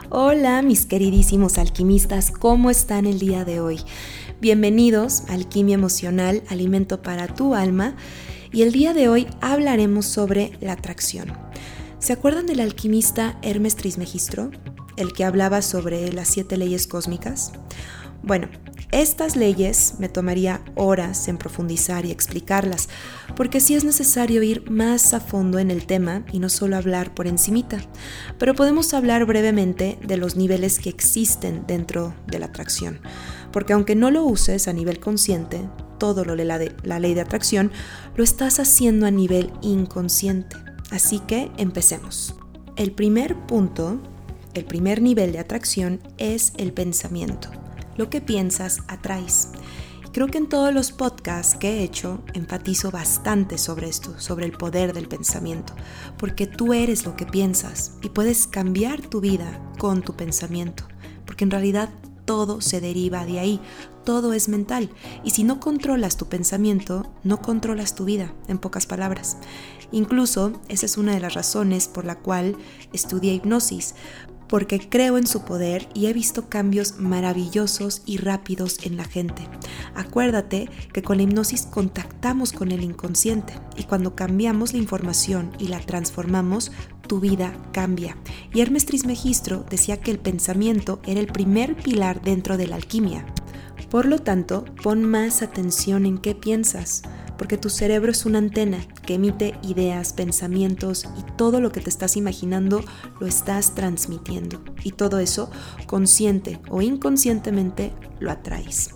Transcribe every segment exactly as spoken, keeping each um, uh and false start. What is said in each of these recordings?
Hola mis queridísimos alquimistas, ¿cómo están el día de hoy? Bienvenidos a Alquimia Emocional, alimento para tu alma, y el día de hoy hablaremos sobre la atracción. ¿Se acuerdan del alquimista Hermes Trismegisto, el que hablaba sobre las siete leyes cósmicas? Bueno, estas leyes me tomaría horas en profundizar y explicarlas, porque sí es necesario ir más a fondo en el tema y no solo hablar por encimita, pero podemos hablar brevemente de los niveles que existen dentro de la atracción, porque aunque no lo uses a nivel consciente, todo lo de la, de la ley de atracción, lo estás haciendo a nivel inconsciente. Así que empecemos. El primer punto, el primer nivel de atracción es el pensamiento. Lo que piensas atraes. Creo que en todos los podcasts que he hecho enfatizo bastante sobre esto, sobre el poder del pensamiento, porque tú eres lo que piensas y puedes cambiar tu vida con tu pensamiento, porque en realidad todo se deriva de ahí, todo es mental, y si no controlas tu pensamiento, no controlas tu vida, en pocas palabras. Incluso esa es una de las razones por la cual estudié hipnosis, porque creo en su poder y he visto cambios maravillosos y rápidos en la gente. Acuérdate que con la hipnosis contactamos con el inconsciente y cuando cambiamos la información y la transformamos, tu vida cambia. Y Hermes Trismegisto decía que el pensamiento era el primer pilar dentro de la alquimia. Por lo tanto, pon más atención en qué piensas, porque tu cerebro es una antena que emite ideas, pensamientos y todo lo que te estás imaginando lo estás transmitiendo. Y todo eso, consciente o inconscientemente, lo atraes.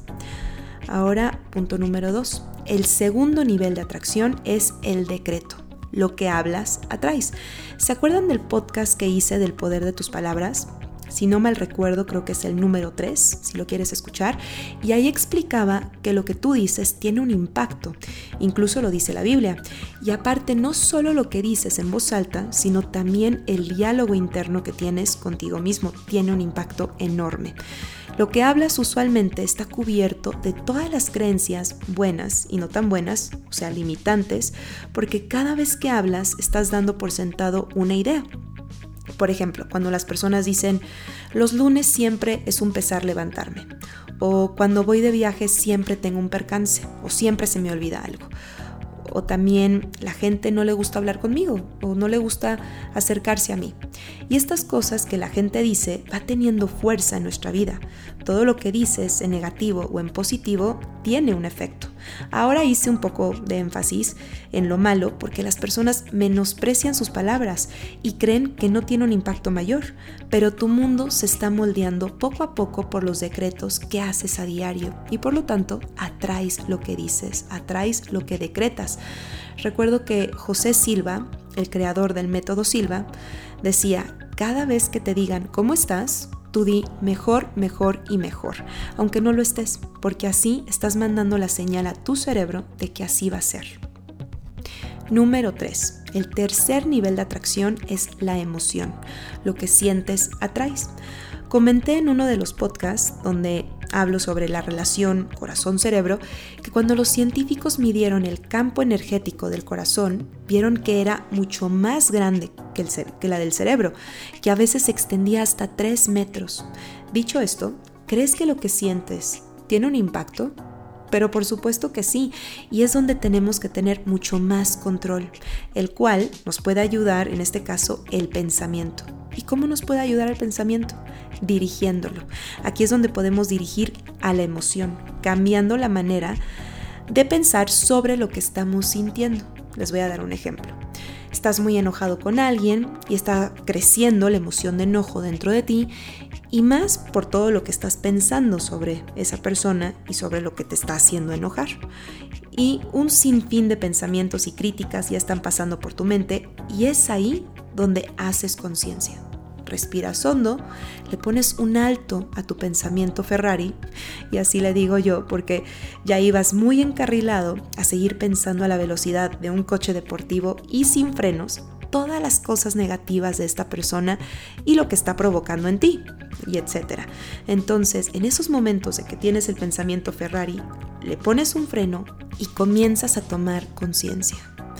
Ahora, punto número dos. El segundo nivel de atracción es el decreto. Lo que hablas, atraes. ¿Se acuerdan del podcast que hice del poder de tus palabras? Si no mal recuerdo, creo que es el número tres, si lo quieres escuchar, y ahí explicaba que lo que tú dices tiene un impacto, incluso lo dice la Biblia, y aparte no solo lo que dices en voz alta, sino también el diálogo interno que tienes contigo mismo tiene un impacto enorme. Lo que hablas usualmente está cubierto de todas las creencias buenas y no tan buenas, o sea, limitantes, porque cada vez que hablas estás dando por sentado una idea. Por ejemplo, cuando las personas dicen, los lunes siempre es un pesar levantarme, o cuando voy de viaje siempre tengo un percance, o siempre se me olvida algo. O también la gente no le gusta hablar conmigo, o no le gusta acercarse a mí. Y estas cosas que la gente dice va teniendo fuerza en nuestra vida. Todo lo que dices en negativo o en positivo tiene un efecto. Ahora hice un poco de énfasis en lo malo porque las personas menosprecian sus palabras y creen que no tiene un impacto mayor, pero tu mundo se está moldeando poco a poco por los decretos que haces a diario y por lo tanto atraes lo que dices, atraes lo que decretas. Recuerdo que José Silva, el creador del método Silva, decía, cada vez que te digan ¿cómo estás?, tú di mejor, mejor y mejor, aunque no lo estés, porque así estás mandando la señal a tu cerebro de que así va a ser. Número tres. El tercer nivel de atracción es la emoción. Lo que sientes, atraes. Comenté en uno de los podcasts donde hablo sobre la relación corazón-cerebro que cuando los científicos midieron el campo energético del corazón, vieron que era mucho más grande que, el cere- que la del cerebro, que a veces se extendía hasta tres metros. Dicho esto, ¿crees que lo que sientes tiene un impacto? Pero por supuesto que sí, y es donde tenemos que tener mucho más control, el cual nos puede ayudar, en este caso, el pensamiento. ¿Y cómo nos puede ayudar el pensamiento? Dirigiéndolo. Aquí es donde podemos dirigir a la emoción, cambiando la manera de pensar sobre lo que estamos sintiendo. Les voy a dar un ejemplo. Estás muy enojado con alguien y está creciendo la emoción de enojo dentro de ti y más por todo lo que estás pensando sobre esa persona y sobre lo que te está haciendo enojar. Y un sinfín de pensamientos y críticas ya están pasando por tu mente y es ahí donde haces conciencia. Respiras hondo, le pones un alto a tu pensamiento Ferrari, y así le digo yo porque ya ibas muy encarrilado a seguir pensando a la velocidad de un coche deportivo y sin frenos todas las cosas negativas de esta persona y lo que está provocando en ti, y etcétera. Entonces, en esos momentos de que tienes el pensamiento Ferrari, le pones un freno y comienzas a tomar conciencia.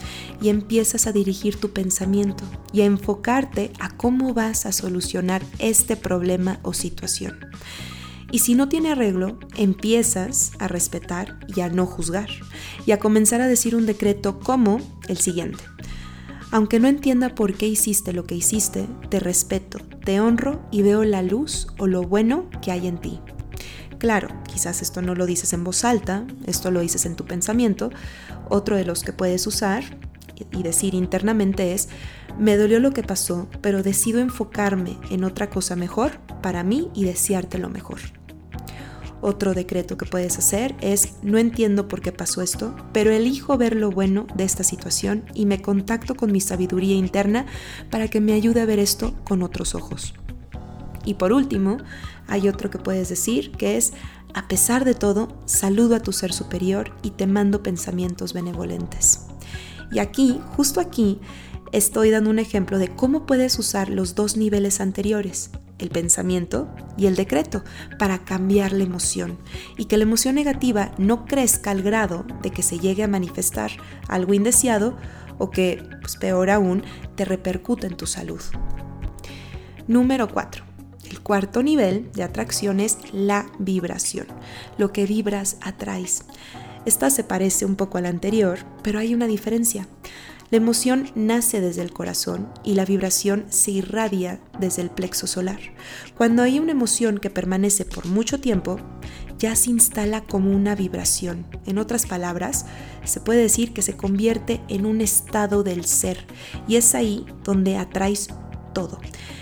y empiezas a dirigir tu pensamiento y a enfocarte a cómo vas a solucionar este problema o situación. Y si no tiene arreglo, empiezas a respetar y a no juzgar y a comenzar a decir un decreto como el siguiente: aunque no entienda por qué hiciste lo que hiciste, te respeto, te honro y veo la luz o lo bueno que hay en ti. Claro, quizás esto no lo dices en voz alta, esto lo dices en tu pensamiento. Otro de los que puedes usar y decir internamente es: me dolió lo que pasó, pero decido enfocarme en otra cosa mejor para mí y desearte lo mejor. Otro decreto que puedes hacer es: no entiendo por qué pasó esto, pero elijo ver lo bueno de esta situación y me contacto con mi sabiduría interna para que me ayude a ver esto con otros ojos. Y por último, hay otro que puedes decir que es: a pesar de todo, saludo a tu ser superior y te mando pensamientos benevolentes. Y aquí, justo aquí, estoy dando un ejemplo de cómo puedes usar los dos niveles anteriores, el pensamiento y el decreto, para cambiar la emoción y que la emoción negativa no crezca al grado de que se llegue a manifestar algo indeseado o que, pues peor aún, te repercute en tu salud. Número cuatro. El cuarto nivel de atracción es la vibración. Lo que vibras atraes. Esta se parece un poco a la anterior, pero hay una diferencia. La emoción nace desde el corazón y la vibración se irradia desde el plexo solar. Cuando hay una emoción que permanece por mucho tiempo, ya se instala como una vibración. En otras palabras, se puede decir que se convierte en un estado del ser y es ahí donde atraes todo.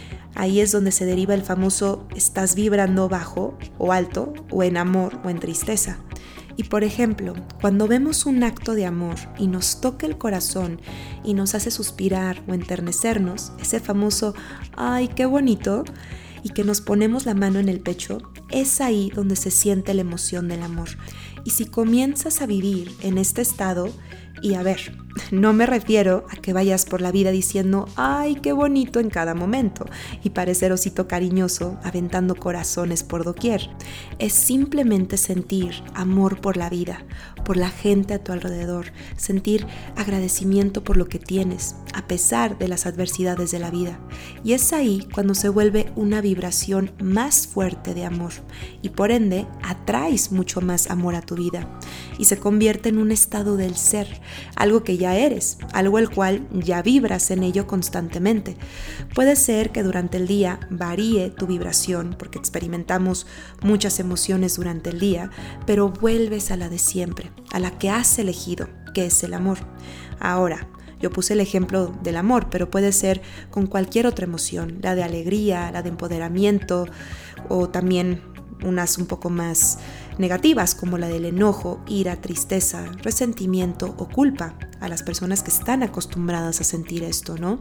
Ahí es donde se deriva el famoso estás vibrando bajo o alto o en amor o en tristeza. Y por ejemplo, cuando vemos un acto de amor y nos toca el corazón y nos hace suspirar o enternecernos, ese famoso ¡ay, qué bonito! Y que nos ponemos la mano en el pecho, es ahí donde se siente la emoción del amor. Y si comienzas a vivir en este estado, y a ver, no me refiero a que vayas por la vida diciendo ¡ay, qué bonito! En cada momento y parecer osito cariñoso aventando corazones por doquier. Es simplemente sentir amor por la vida, por la gente a tu alrededor, sentir agradecimiento por lo que tienes, a pesar de las adversidades de la vida. Y es ahí cuando se vuelve una vibración más fuerte de amor y por ende atraes mucho más amor a tu vida y se convierte en un estado del ser, algo que ya eres, algo el cual ya vibras en ello constantemente. Puede ser que durante el día varíe tu vibración porque experimentamos muchas emociones durante el día, pero vuelves a la de siempre, a la que has elegido, que es el amor. Ahora, yo puse el ejemplo del amor, pero puede ser con cualquier otra emoción, la de alegría, la de empoderamiento o también unas un poco más negativas como la del enojo, ira, tristeza, resentimiento o culpa a las personas que están acostumbradas a sentir esto, ¿no?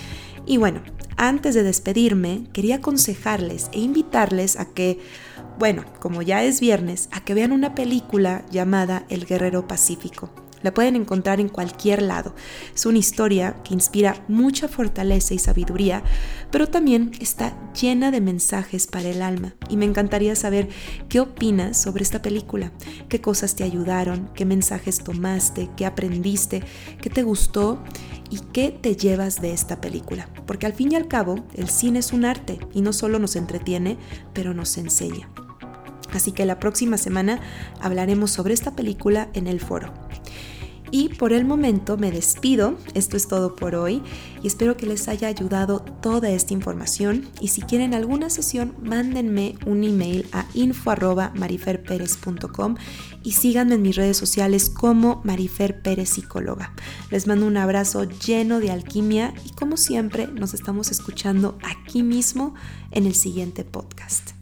Y bueno, antes de despedirme, quería aconsejarles e invitarles a que, bueno, como ya es viernes, a que vean una película llamada El Guerrero Pacífico. La pueden encontrar en cualquier lado. Es una historia que inspira mucha fortaleza y sabiduría, pero también está llena de mensajes para el alma. Y me encantaría saber qué opinas sobre esta película, qué cosas te ayudaron, qué mensajes tomaste, qué aprendiste, qué te gustó y qué te llevas de esta película. Porque al fin y al cabo, el cine es un arte y no solo nos entretiene, pero nos enseña. Así que la próxima semana hablaremos sobre esta película en el foro. Y por el momento me despido, esto es todo por hoy y espero que les haya ayudado toda esta información y si quieren alguna sesión mándenme un email a info arroba mariferperez punto com y síganme en mis redes sociales como Marifer Pérez Psicóloga. Les mando un abrazo lleno de alquimia y como siempre nos estamos escuchando aquí mismo en el siguiente podcast.